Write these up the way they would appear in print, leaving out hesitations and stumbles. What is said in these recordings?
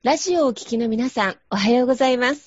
ラジオをお聞きの皆さん、おはようございます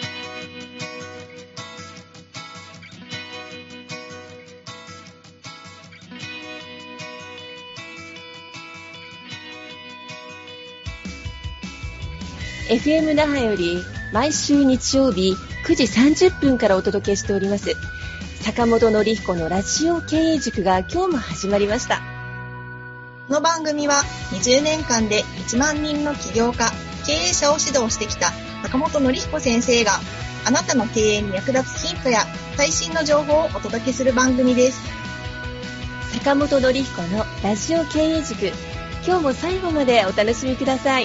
。FM 那覇より毎週日曜日9時30分からお届けしております坂本典彦のラジオ経営塾が今日も始まりました。 この番組は20年間で1万人の起業家、経営者を指導してきた坂本典彦先生があなたの経営に役立つヒントや最新の情報をお届けする番組です。 坂本典彦のラジオ経営塾、今日も最後までお楽しみください。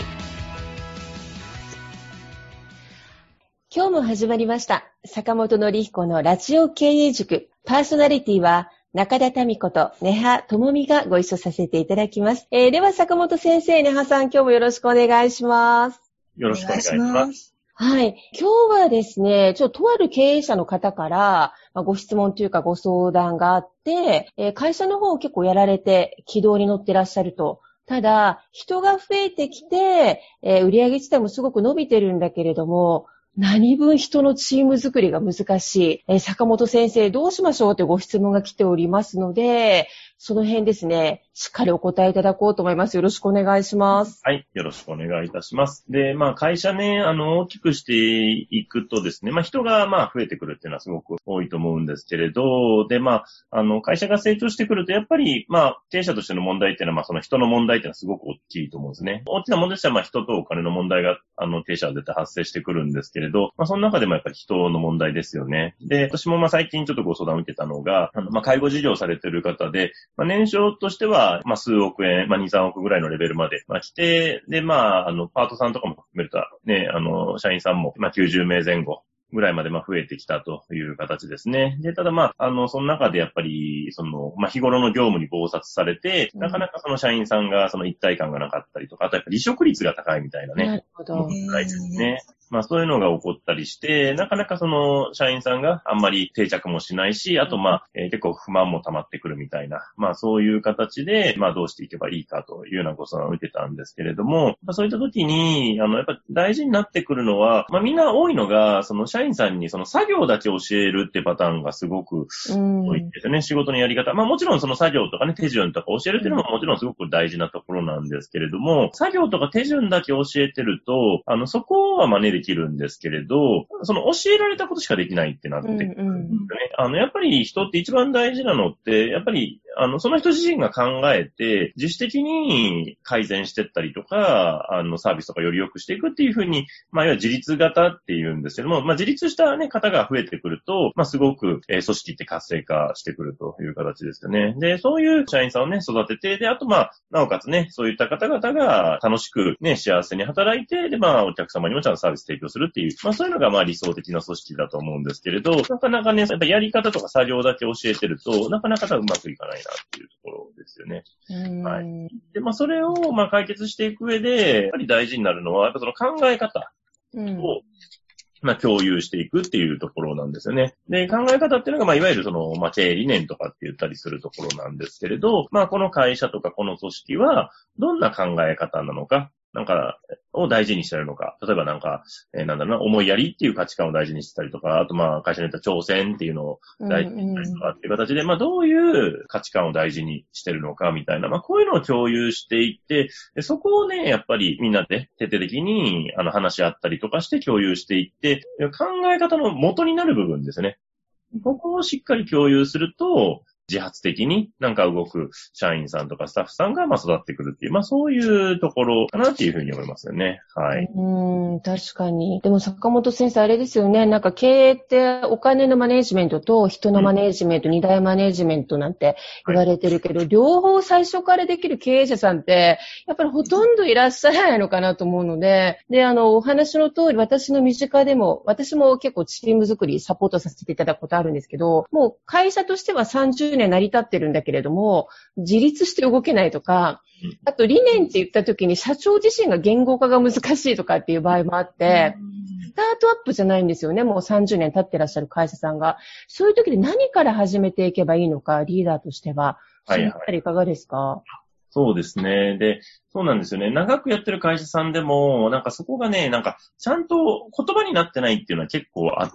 今日も始まりました坂本典彦のラジオ経営塾。パーソナリティは中田民子と根葉智美がご一緒させていただきます。では坂本先生、根葉さん、今日もよろしくお願いします。 よろしくお願いします。 はい。今日はですね、とある経営者の方から、ご質問というかご相談があって、会社の方を結構やられて軌道に乗ってらっしゃると。ただ、人が増えてきて、売上自体もすごく伸びてるんだけれども、何分人のチーム作りが難しい。坂本先生どうしましょうというご質問が来ておりますので、その辺ですね、しっかりお答えいただこうと思います。よろしくお願いします。 はい、よろしくお願いいたします。で、会社ね、大きくしていくとですね、人が増えてくるっていうのはすごく多いと思うんですけれど、で、会社が成長してくると、やっぱり、経営者としての問題っていうのは、その人の問題っていうのはすごく大きいと思うんですね。大きな問題としては、人とお金の問題が、経営者は絶対発生してくるんですけれど、その中でもやっぱり人の問題ですよね。で、私も最近ちょっとご相談を受けたのが、介護事業をされている方で、年商としては、数億円、2、3億ぐらいのレベルまで、来て、で、パートさんとかも含めると、ね、社員さんも、90名前後ぐらいまで、増えてきたという形ですね。で、ただ、その中でやっぱり、日頃の業務に忙殺されて、なかなかその社員さんがその一体感がなかったりとか、あとやっぱ離職率が高いみたいなね。 なるほど。 問題ですね。そういうのが起こったりして、なかなかその社員さんがあんまり定着もしないし、あと結構不満も溜まってくるみたいな、そういう形で、どうしていけばいいかというようなご相談を受けたんですけれども、そういった時に、やっぱ大事になってくるのは、みんな多いのが、その社員さんにその作業だけ教えるってパターンがすごく多いんですよね。仕事のやり方。もちろんその作業とかね、手順とか教えるっていうのももちろんすごく大事なところなんですけれども、作業とか手順だけ教えてると、そこは真似できるんですけれど、その教えられたことしかできないってなってくるんですよね。やっぱり人って一番大事なのって、やっぱりその人自身が考えて、自主的に改善していったりとか、サービスとかより良くしていくっていうふうに、いわゆる自立型っていうんですけども、自立したね、方が増えてくると、すごく、組織って活性化してくるという形ですよね。で、そういう社員さんをね、育てて、で、あとなおかつね、そういった方々が楽しくね、幸せに働いて、で、お客様にもちゃんとサービス提供するっていう、そういうのが理想的な組織だと思うんですけれど、なかなかね、やっぱやり方とか作業だけ教えてると、なかなかうまくいかないなっていうところですよね。はい。で、それを解決していく上で、やっぱり大事になるのは、やっぱその考え方を、共有していくっていうところなんですよね。で、考え方っていうのが、いわゆるその、経営理念とかって言ったりするところなんですけれど、この会社とかこの組織は、どんな考え方なのか、を大事にしてるのか。例えば思いやりっていう価値観を大事にしてたりとか、あと会社によっては挑戦っていうのを大事にしたりとかっていう形で、どういう価値観を大事にしてるのかみたいな、こういうのを共有していって、そこをね、やっぱりみんなで徹底的に話し合ったりとかして共有していって、考え方の元になる部分ですね。ここをしっかり共有すると、自発的に動く社員さんとかスタッフさんが育ってくるっていう、そういうところかなっていうふうに思いますよね。はい。 確かに。でも坂本先生あれですよね。経営ってお金のマネージメントと人のマネージメント、二大マネージメントなんて言われてるけど、両方最初からできる経営者さんってやっぱりほとんどいらっしゃらないのかなと思うので、で、お話の通り私の身近でも、私も結構チーム作りサポートさせていただくことあるんですけど、もう会社としては30年成り立ってるんだけれども、自立して動けないとか、あと理念って言った時に社長自身が言語化が難しいとかっていう場合もあって、スタートアップじゃないんですよね。もう30年経ってらっしゃる会社さんが。そういう時で何から始めていけばいいのか、リーダーとしては。そのあたりいかがですか？ そうですね。で、そうなんですよね。長くやってる会社さんでも、なんかそこがね、なんかちゃんと言葉になってないっていうのは結構あって、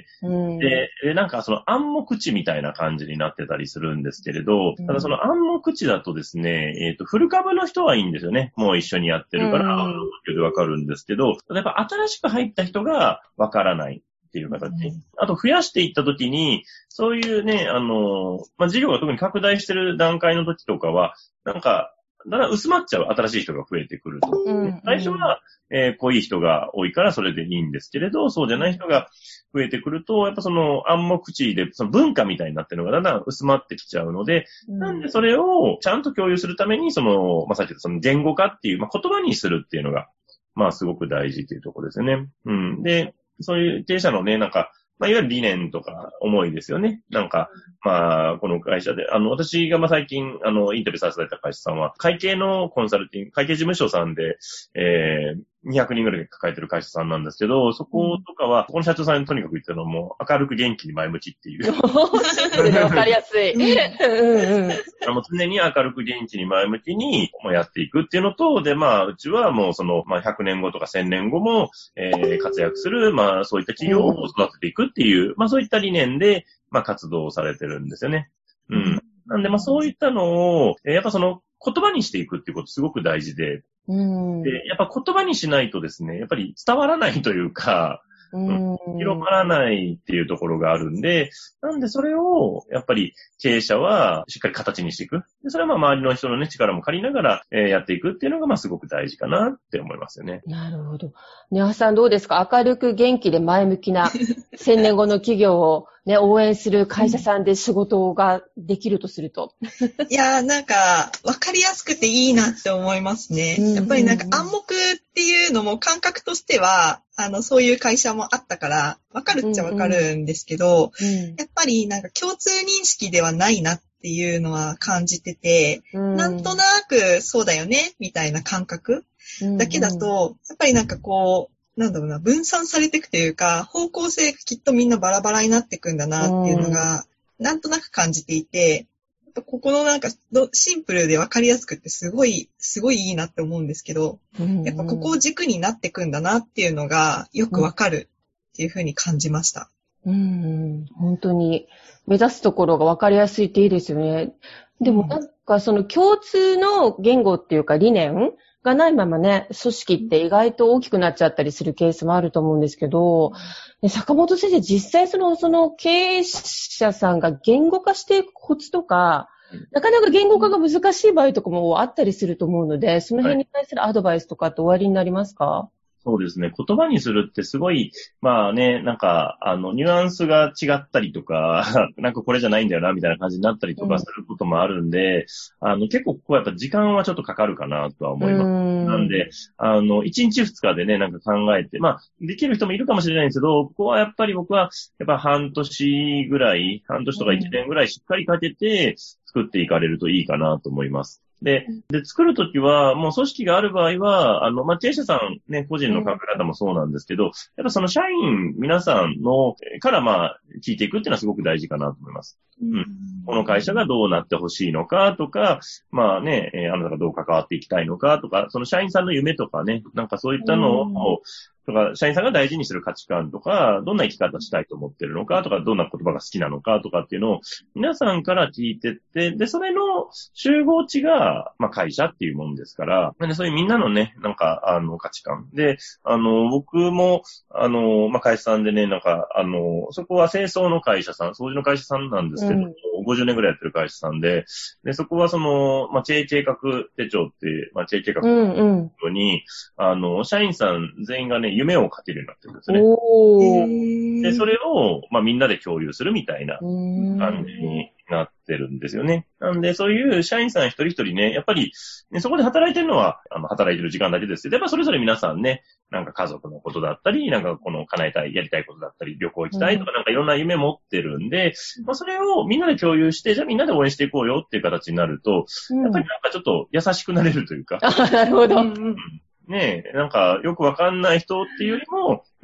で、なんかその暗黙知みたいな感じになってたりするんですけれど、ただその暗黙知だとですね、フル株の人はいいんですよね。もう一緒にやってるから、わかるんですけど、例えば新しく入った人がわからないっていう形。あと増やしていったときに、そういうね、事業が特に拡大してる段階の時とかは、なんか、だんだん薄まっちゃう新しい人が増えてくると。最初は、濃い人が多いからそれでいいんですけれど、そうじゃない人が増えてくると、やっぱその暗黙知で、その文化みたいになってるのがだんだん薄まってきちゃうので、なんでそれをちゃんと共有するために、さっき言ったその言語化っていう、言葉にするっていうのが、すごく大事っていうところですよね。で、そういう経営者のね、なんか、いわゆる理念とか思いですよね。なんか、この会社で、私が最近、インタビューさせていただいた会社さんは、会計のコンサルティング、会計事務所さんで、200人ぐらい抱えてる会社さんなんですけど、そことかは、ここの社長さんにとにかく言ってるのはもう、明るく元気に前向きっていう。 わかりやすい。 常に明るく元気に前向きにやっていくっていうのと、で、うちはもう100年後とか1000年後も、活躍する、そういった企業を育てていくっていう、そういった理念で、活動をされてるんですよね。なんで、そういったのを、やっぱ言葉にしていくっていうことすごく大事で、で、やっぱ言葉にしないとですね、やっぱり伝わらないというか、広まらないっていうところがあるんで、なんでそれを、やっぱり経営者はしっかり形にしていく。でそれは周りの人のね、力も借りながら、やっていくっていうのが、すごく大事かなって思いますよね。 なるほど。ねはさんどうですか？明るく元気で前向きな1000年後の企業をね、応援する会社さんで仕事ができるとすると。 いやー、なんか、わかりやすくていいなって思いますね。やっぱりなんか暗黙っていうのも感覚としては、そういう会社もあったから、わかるっちゃわかるんですけど、やっぱりなんか共通認識ではないなっていうのは感じてて、なんとなくそうだよね、みたいな感覚だけだと、やっぱりなんかこう、なんだろうな、分散されていくというか、方向性がきっとみんなバラバラになっていくんだなっていうのが、なんとなく感じていて、ここのなんかシンプルでわかりやすくってすごいいいなって思うんですけど、やっぱここを軸になっていくんだなっていうのがよくわかるっていうふうに感じました。 本当に目指すところがわかりやすいっていいですよね。でもなんかその共通の言語っていうか理念がないままね、組織って意外と大きくなっちゃったりするケースもあると思うんですけど、坂本先生、実際その経営者さんが言語化していくコツとか、なかなか言語化が難しい場合とかもあったりすると思うので、その辺に対するアドバイスとかっておありになりますか？ そうですね。言葉にするってすごい、なんか、ニュアンスが違ったりとか、なんかこれじゃないんだよな、みたいな感じになったりとかすることもあるんで、結構ここはやっぱ時間はちょっとかかるかなとは思います。なんで、1日2日でね、なんか考えて、できる人もいるかもしれないんですけど、ここはやっぱり僕は、やっぱ半年とか1年ぐらいしっかりかけて作っていかれるといいかなと思います。で、作るときは、もう組織がある場合は、経営者さんね、個人の考え方もそうなんですけど、やっぱその社員皆さんの、から聞いていくっていうのはすごく大事かなと思います。この会社がどうなってほしいのかとか、あなたがどう関わっていきたいのかとか、その社員さんの夢とかね、なんかそういったのを、とか、社員さんが大事にする価値観とか、どんな生き方したいと思ってるのかとか、どんな言葉が好きなのかとかっていうのを、皆さんから聞いてって、で、それの集合値が、会社っていうもんですから、で、そういうみんなのね、なんか、価値観。で、僕も、会社さんでね、なんか、そこは清掃の会社さん、掃除の会社さんなんですけど、50年ぐらいやってる会社さんで、で、そこは経営計画手帳っていう、経営計画に、社員さん全員がね、夢を書けるようになってるんですね。で、それを、みんなで共有するみたいな感じになってるんですよね。なんで、そういう社員さん一人一人ね、やっぱり、ね、そこで働いてるのは、働いてる時間だけですけど、やっぱそれぞれ皆さんね、なんか家族のことだったり、なんか叶えたい、やりたいことだったり、旅行行きたいとか、なんかいろんな夢持ってるんで、それをみんなで共有して、じゃあみんなで応援していこうよっていう形になると、やっぱりなんかちょっと優しくなれるというか。 なるほど。 ねえ、なんかよくわかんない人っていうよりも、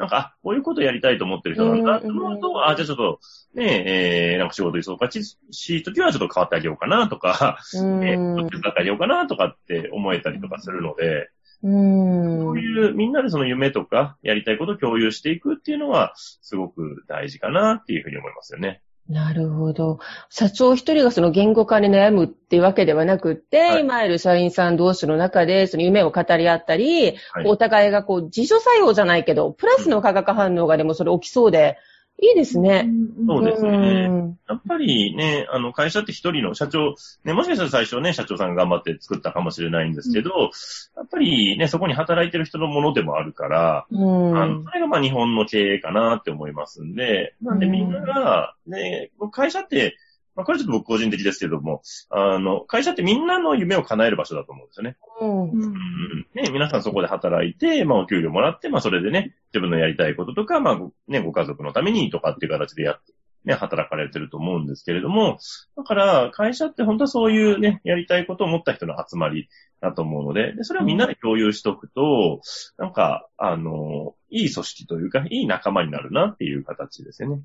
なんか、こういうことやりたいと思ってる人なんだと思うと、じゃあちょっと、ね、なんか仕事忙しい時はちょっと変わってあげようかなとか、手伝ってあげようかなとかって思えたりとかするので、そういうみんなでその夢とかやりたいことを共有していくっていうのはすごく大事かなっていうふうに思いますよね。 なるほど。社長一人がその言語化に悩むっていうわけではなくって、今いる社員さん同士の中でその夢を語り合ったり、お互いがこう自助作用じゃないけど、プラスの化学反応がでもそれ起きそうで、いいですね。 そうですね。やっぱりね、会社って一人の社長、ね、もしかしたら最初ね、社長さんが頑張って作ったかもしれないんですけど、やっぱりね、そこに働いてる人のものでもあるから、それがまあ日本の経営かなって思いますんで、なんでみんなが、ね、会社って、まあ、これちょっと僕個人的ですけども、会社ってみんなの夢を叶える場所だと思うんですよね。ね、皆さんそこで働いて、まあお給料もらって、まあそれでね、自分のやりたいこととか、まあね、ご家族のためにとかっていう形でね、働かれてると思うんですけれども、だから会社って本当はそういうね、やりたいことを持った人の集まりだと思うので、それをみんなで共有しとくと、なんか、いい組織というか、いい仲間になるなっていう形ですよね。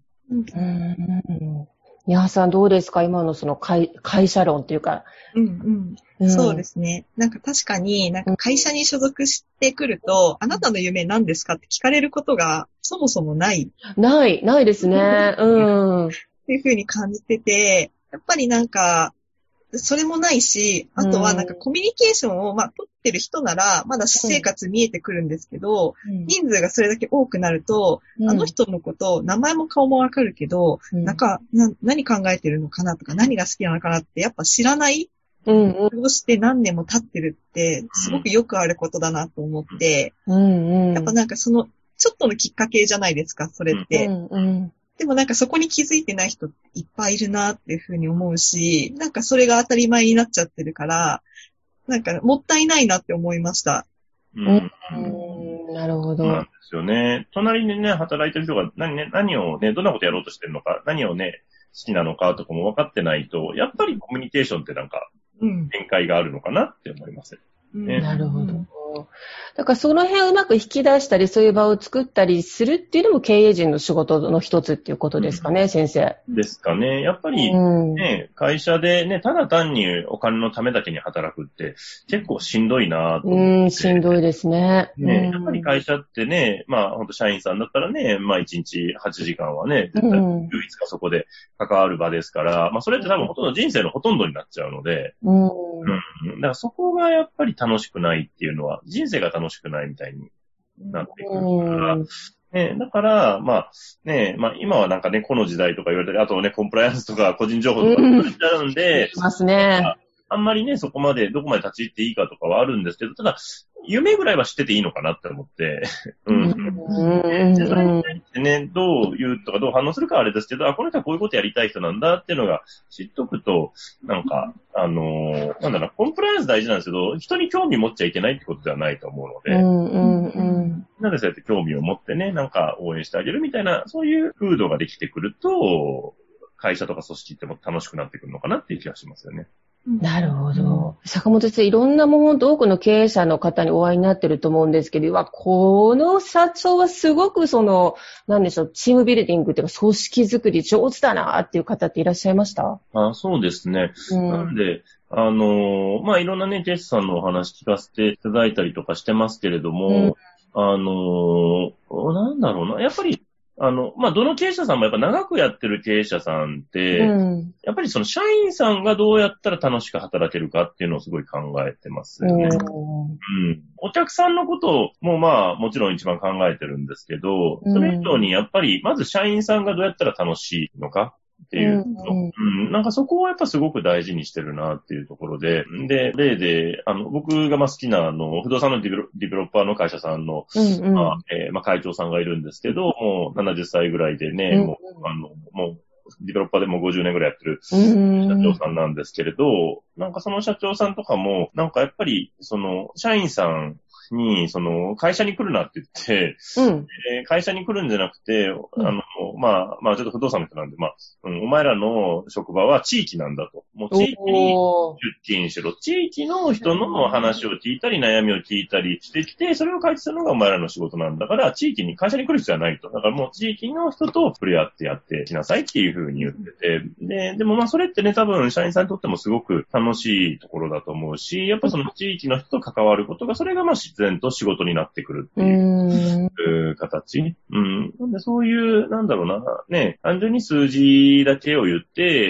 皆さんどうですか？今のその会社論っていうか。 そうですね。なんか確かに、なんか会社に所属してくると、あなたの夢何ですかって聞かれることがそもそもない。 ないですね。 っていうふうに感じてて、やっぱりなんか、それもないし、あとはなんかコミュニケーションを取ってる人なら、まだ私生活見えてくるんですけど、人数がそれだけ多くなると、あの人のこと、名前も顔もわかるけど、なんか、何考えてるのかなとか、何が好きなのかなってやっぱ知らない。どうして何年も経ってるって、すごくよくあることだなと思って、やっぱなんかその、ちょっとのきっかけじゃないですか、それって。でもなんかそこに気づいてない人いっぱいいるなっていうふうに思うし、なんかそれが当たり前になっちゃってるから、なんかもったいないなって思いました。 なるほど。 そうなんですよね。隣にね、働いてる人が何をね、どんなことやろうとしてるのか、何をね、好きなのかとかも分かってないと、やっぱりコミュニケーションってなんか、限界があるのかなって思います。 なるほど。だからその辺をうまく引き出したり、そういう場を作ったりするっていうのも経営陣の仕事の一つっていうことですかね、先生。 ですかね。やっぱりね、会社でね、ただ単にお金のためだけに働くって結構しんどいなと思って。 しんどいですね。 やっぱり会社ってね、まあ本当社員さんだったらね、まあ1日8時間はね、絶対唯一かそこで関わる場ですから、まあそれって多分ほとんど人生のほとんどになっちゃうので、だからそこがやっぱり楽しくないっていうのは、人生が楽しくないみたいになってくるから、だから、まあ、今はなんかね、この時代とか言われたり、あとね、コンプライアンスとか個人情報とか言われちゃうんで、 ますね。 あんまりね、そこまで、どこまで立ち入っていいかとかはあるんですけど、ただ、夢ぐらいは知ってていいのかなって思って、それに対してね、どう言うとかどう反応するかはあれですけど、この人はこういうことやりたい人なんだっていうのが知っとくと、なんか、コンプライアンス大事なんですけど、人に興味持っちゃいけないってことではないと思うので、なんでそうやって興味を持ってね、なんか応援してあげるみたいな、そういう風土ができてくると、会社とか組織っても楽しくなってくるのかなっていう気がしますよね。 なるほど。坂本先生、いろんなものと多くの経営者の方にお会いになってると思うんですけど、この社長はすごくなんでしょう、チームビルディングっていうか組織づくり上手だなっていう方っていらっしゃいました？ そうですね。なんで、いろんなね、ジェスさんのお話聞かせていただいたりとかしてますけれども、なんだろうな、やっぱり、どの経営者さんもやっぱ長くやってる経営者さんって、やっぱりその社員さんがどうやったら楽しく働けるかっていうのをすごい考えてますよね。お客さんのことももちろん一番考えてるんですけど、それ以上にやっぱりまず社員さんがどうやったら楽しいのかっていうなんかそこをやっぱすごく大事にしてるなっていうところで、例で、僕が好きな不動産のディベロッパーの会社さんの、会長さんがいるんですけど、もう70歳ぐらいでね、もうディベロッパーでも50年ぐらいやってる社長さんなんですけれど、なんかその社長さんとかも、なんかやっぱり、社員さんに、会社に来るなって言って、会社に来るんじゃなくて、 まあちょっと不動産の人なんで、お前らの職場は地域なんだと。もう地域に出勤しろ。地域の人の話を聞いたり、悩みを聞いたりしてきて、それを解決するのがお前らの仕事なんだから、地域に、会社に来る必要はないと。だからもう地域の人と触れ合ってやってきなさいっていうふうに言ってて、でもそれってね、多分社員さんにとってもすごく楽しいところだと思うし、やっぱその地域の人と関わることが、それが自然と仕事になってくるっていう形。なんでそういう、ね、単純に数字だけを言って、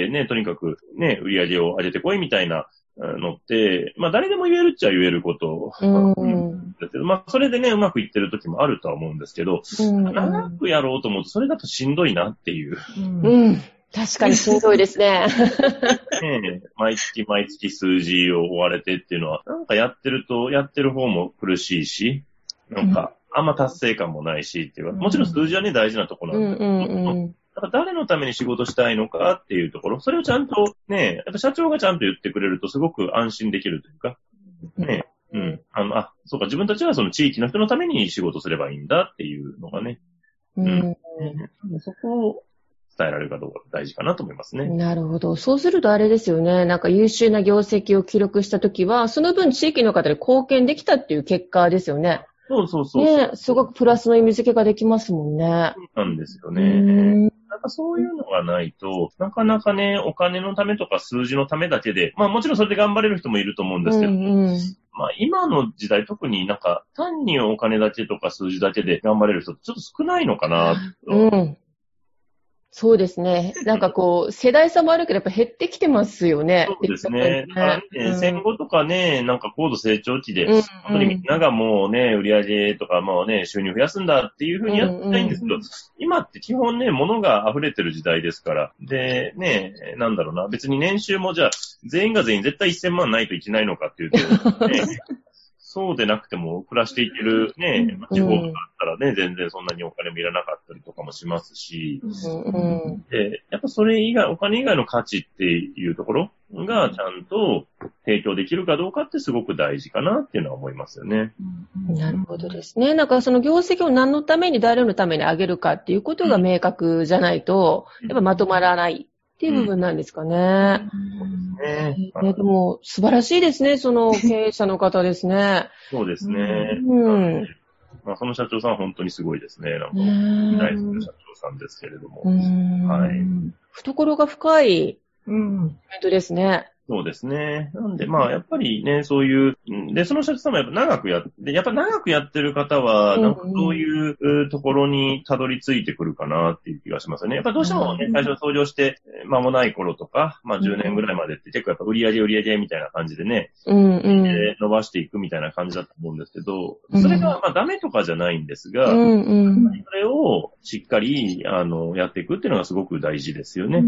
ね、とにかくね、売り上げを上げてこいみたいなのって、誰でも言えるっちゃ言えることですけど、それでね、うまくいってる時もあるとは思うんですけど、長くやろうと思うと、それだとしんどいなっていう。 確かにしんどいですね。 ね、毎月数字を追われてっていうのは、やってる方も苦しいし、あんま達成感もないしっていうか、もちろん数字はね、大事なところなんだけど、誰のために仕事したいのかっていうところ、それをちゃんとね、やっぱ社長がちゃんと言ってくれるとすごく安心できるというか、ね、そうか、自分たちはその地域の人のために仕事すればいいんだっていうのがね、そこを伝えられるかどうか大事かなと思いますね。 なるほど。そうするとあれですよね。優秀な業績を記録したときは、その分地域の方に貢献できたっていう結果ですよね。 そう。 ね、すごくプラスの意味付けができますもんね。 そうなんですよね。そういうのがないと、なかなかね、お金のためとか数字のためだけで、もちろんそれで頑張れる人もいると思うんですけど、今の時代特に単にお金だけとか数字だけで頑張れる人ってちょっと少ないのかなと。 そうですね。世代差もあるけど、やっぱ減ってきてますよね。 そうですね。戦後とかね、高度成長期で、本当にみんながもうね、売り上げとかもうね、収入増やすんだっていうふうにやってないんですけど、今って基本ね、物が溢れてる時代ですから。で、ね、別に年収もじゃあ、全員が全員絶対1000万ないといけないのかっていうと、ね、そうでなくても暮らしていけるね、地方とかだったらね、全然そんなにお金もいらなかったりとかもしますし、で、やっぱそれ以外、お金以外の価値っていうところがちゃんと提供できるかどうかってすごく大事かなっていうのは思いますよね。 なるほどですね。その業績を何のために誰のために上げるかっていうことが明確じゃないと、やっぱまとまらないっていう部分なんですかね。でも、素晴らしいですね、その経営者の方ですね。 そうですね。その社長さんは本当にすごいですね。大好きな社長さんですけれども。 懐が深いコメントですね。 そうですね。なんで、やっぱりね、そういう、で、その社長さんもやっぱ長くやってる方は、そういうところにたどり着いてくるかなっていう気がしますよね。やっぱどうしてもね、最初創業して間もない頃とか、10年ぐらいまでって結構やっぱ売り上げみたいな感じでね、伸ばしていくみたいな感じだと思うんですけど、それがダメとかじゃないんですが、それをしっかり、やっていくっていうのがすごく大事ですよね。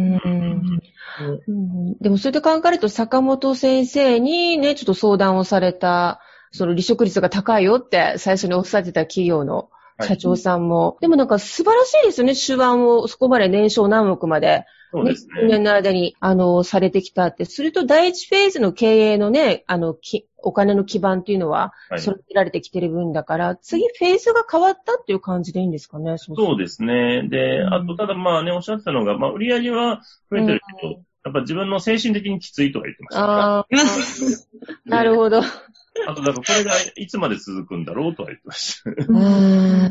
でもそれで考えると坂本先生にね、ちょっと相談をされた、その離職率が高いよって最初におっしゃってた企業の社長さんも。でも素晴らしいですよね、手腕をそこまで年商何億まで。 そうですね。 2年の間に、されてきたって。すると第一フェーズの経営のね、お金の基盤っていうのは、育てられてきてる分だから、次フェーズが変わったっていう感じでいいんですかね。 そうですね。で、あと、ただおっしゃってたのが、売り上げは増えてるけど、やっぱ自分の精神的にきついとは言ってました。 なるほど。 あと、これがいつまで続くんだろうとは言ってました。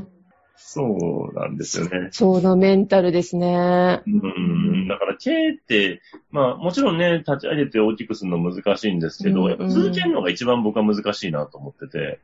そうなんですよね。 そのメンタルですね。 だから経営って、もちろんね、立ち上げて大きくするの難しいんですけど、やっぱ続けるのが一番僕は難しいなと思ってて。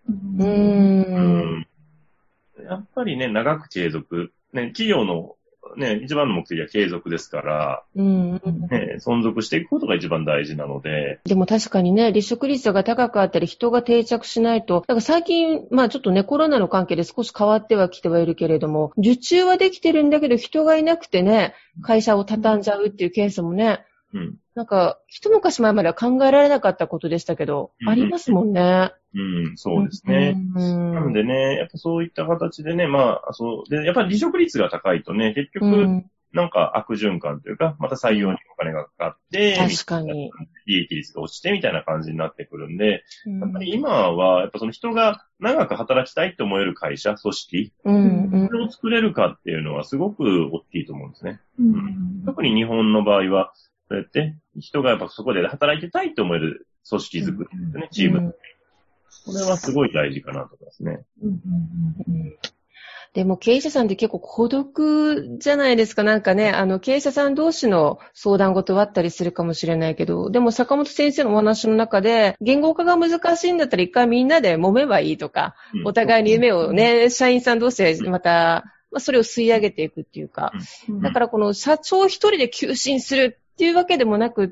やっぱりね、長く継続。ね、企業のね、一番の目的は継続ですから、存続していくことが一番大事なので。 でも確かにね、離職率が高かったり、人が定着しないと、最近、ちょっとね、コロナの関係で少し変わってはきてはいるけれども、受注はできてるんだけど、人がいなくてね、会社を畳んじゃうっていうケースもね、一昔前までは考えられなかったことでしたけど、ありますもんね。 そうですね。なのでね、やっぱそういった形でね、で、やっぱり離職率が高いとね、結局、 なんか悪循環というか、また採用にお金がかかって、 確かに。 利益率が落ちてみたいな感じになってくるんで、 うん、 やっぱり今は、やっぱその人が長く働きたいって思える会社、組織、それを作れるかっていうのはすごく大きいと思うんですね。特に日本の場合は、そうやって人がやっぱそこで働いてたいって思える組織作りですね、チーム。これはすごい大事かなと思いますね。 でも経営者さんって結構孤独じゃないですか。なんかね、経営者さん同士の相談事はあったりするかもしれないけど、でも坂本先生のお話の中で、言語化が難しいんだったら一回みんなで揉めばいいとか、お互いに夢をね、社員さん同士でまた、それを吸い上げていくっていうか、だからこの社長一人で求心するっていうわけでもなくって、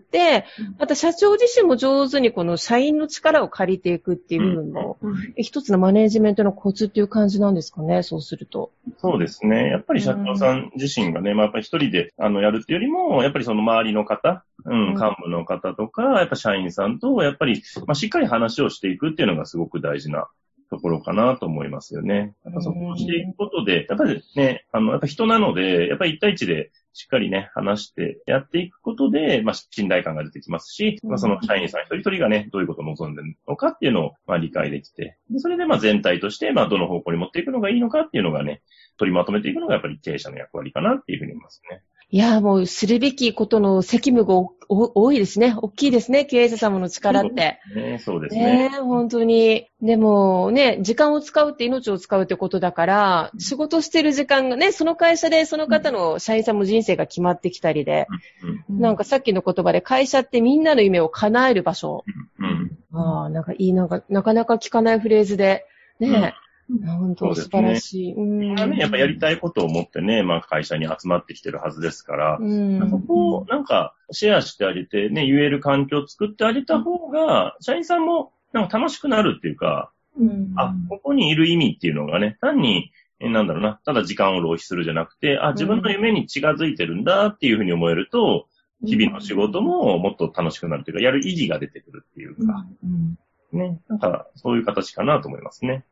また社長自身も上手にこの社員の力を借りていくっていう部分の、一つのマネージメントのコツっていう感じなんですかね、そうすると。 そうですね。やっぱり社長さん自身がね、やっぱり一人でやるっていうよりも、やっぱりその周りの方、幹部の方とか、やっぱ社員さんと、やっぱり、しっかり話をしていくっていうのがすごく大事なところかなと思いますよね。やっぱそこをしていくことで、やっぱりね、やっぱ人なので、やっぱり一対一でしっかりね、話してやっていくことで、信頼感が出てきますし、その社員さん一人一人がね、どういうことを望んでるのかっていうのを、理解できて、でそれで全体として、どの方向に持っていくのがいいのかっていうのがね、取りまとめていくのがやっぱり経営者の役割かなっていうふうに思いますね。 いや、もうするべきことの責務が多いですね。大きいですね、経営者様の力って。 そうですね。 本当に。でもね、時間を使うって命を使うってことだから、仕事してる時間がね、その会社でその方の社員さんも人生が決まってきたりで、なんかさっきの言葉で会社ってみんなの夢を叶える場所。なんかいい、なんかなかなか聞かないフレーズで、ね。本当素晴らしい。 みんなね、やっぱやりたいことを持ってね、会社に集まってきてるはずですから、そこをなんかシェアしてあげてね、言える環境を作ってあげた方が、社員さんもなんか楽しくなるっていうか、ここにいる意味っていうのがね、単に、ただ時間を浪費するじゃなくて、自分の夢に近づいてるんだっていうふうに思えると、日々の仕事ももっと楽しくなるというか、やる意義が出てくるっていうか、ね、なんかそういう形かなと思いますね。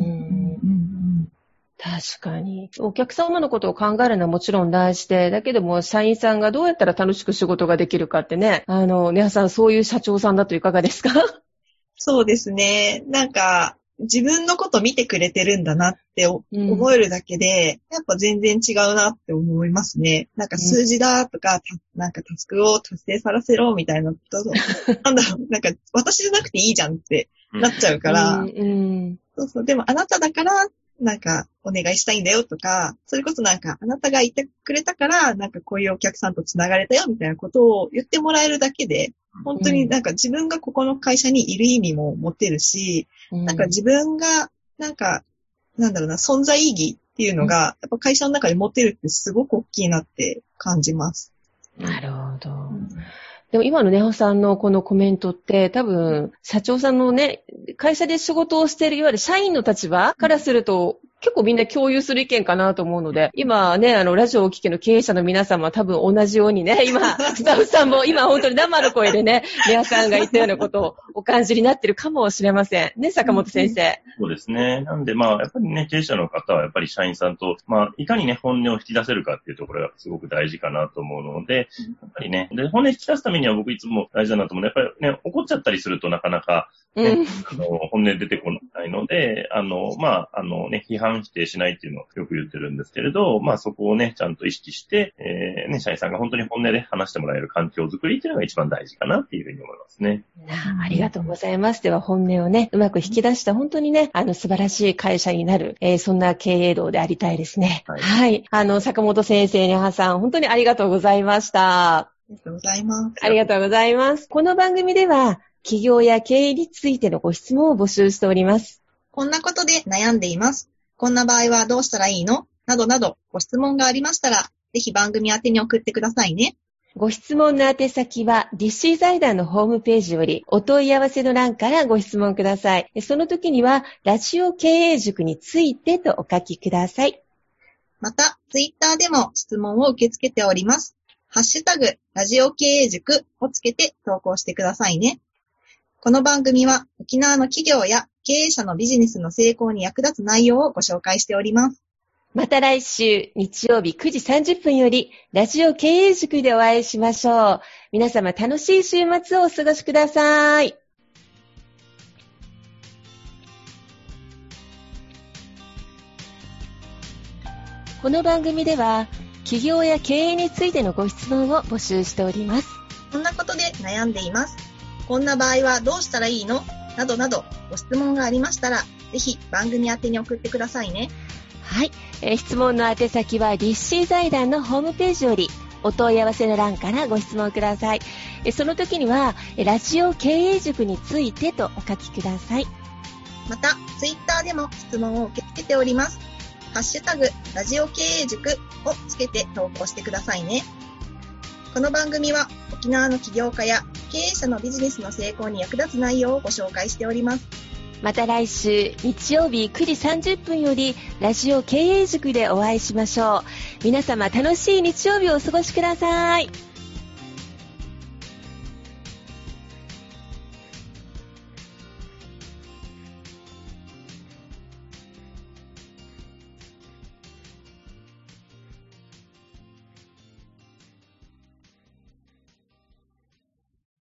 確かに。お客様のことを考えるのはもちろん大事で、だけども社員さんがどうやったら楽しく仕事ができるかってね、皆さんそういう社長さんだといかがですか？ そうですね。なんか、自分のこと見てくれてるんだなって思えるだけで、やっぱ全然違うなって思いますね。なんか数字だとか、なんかタスクを達成させろみたいなこと、なんか私じゃなくていいじゃんってなっちゃうから、そう、でもあなただから、なんかお願いしたいんだよとか、それこそなんかあなたが言ってくれたから、なんかこういうお客さんと繋がれたよみたいなことを言ってもらえるだけで、本当になんか自分がここの会社にいる意味も持てるし、なんか自分が、なんか、存在意義っていうのが、やっぱ会社の中で持てるってすごく大きいなって感じます。 なるほど。でも今のネホさんのこのコメントって多分社長さんのね、会社で仕事をしているいわゆる社員の立場からすると結構みんな共有する意見かなと思うので、今ね、ラジオをお聞きの経営者の皆様は多分同じようにね、今、スタッフさんも今本当に生の声でね、ネホさんが言ったようなことをお感じになってるかもしれません。ね、坂本先生。 そうですね。なんでやっぱりね、経営者の方はやっぱり社員さんと、いかにね、本音を引き出せるかっていうところがすごく大事かなと思うので、やっぱりね、で、本音引き出すためには僕いつも大事だなと思うので、やっぱりね、怒っちゃったりするとなかなか、ね、本音出てこないので、批判否定しないっていうのをよく言ってるんですけれど、そこをね、ちゃんと意識して、社員さんが本当に本音で話してもらえる環境づくりっていうのが一番大事かなっていうふうに思いますね。 ありがとうございます。では本音をね、うまく引き出した本当にね、素晴らしい会社になる、そんな経営道でありたいですね。はい。坂本先生、ネハさん、本当にありがとうございました。 ありがとうございます。 ありがとうございます。この番組では、企業や経営についてのご質問を募集しております。 こんなことで悩んでいます。こんな場合はどうしたらいいの？などなどご質問がありましたら、ぜひ番組宛てに送ってくださいね。 ご質問の宛先は、ディッシー財団のホームページより、お問い合わせの欄からご質問ください。その時には、ラジオ経営塾についてとお書きください。 また、ツイッターでも質問を受け付けております。ハッシュタグ、ラジオ経営塾をつけて投稿してくださいね。この番組は沖縄の企業や経営者のビジネスの成功に役立つ内容をご紹介しております。 また来週日曜日9時30分よりラジオ経営塾でお会いしましょう。皆様楽しい週末をお過ごしください。この番組では起業や経営についてのご質問を募集しております。 こんなことで悩んでいます。こんな場合はどうしたらいいの？などなどご質問がありましたら、ぜひ番組宛てに送ってくださいね。 はい、質問の宛先は立志財団のホームページよりお問い合わせの欄からご質問ください。その時にはラジオ経営塾についてとお書きください。 またツイッターでも質問を受け付けております。ハッシュタグラジオ経営塾をつけて投稿してくださいね。この番組は沖縄の起業家や経営者のビジネスの成功に役立つ内容をご紹介しております。 また来週日曜日9時30分よりラジオ経営塾でお会いしましょう。皆様楽しい日曜日をお過ごしください。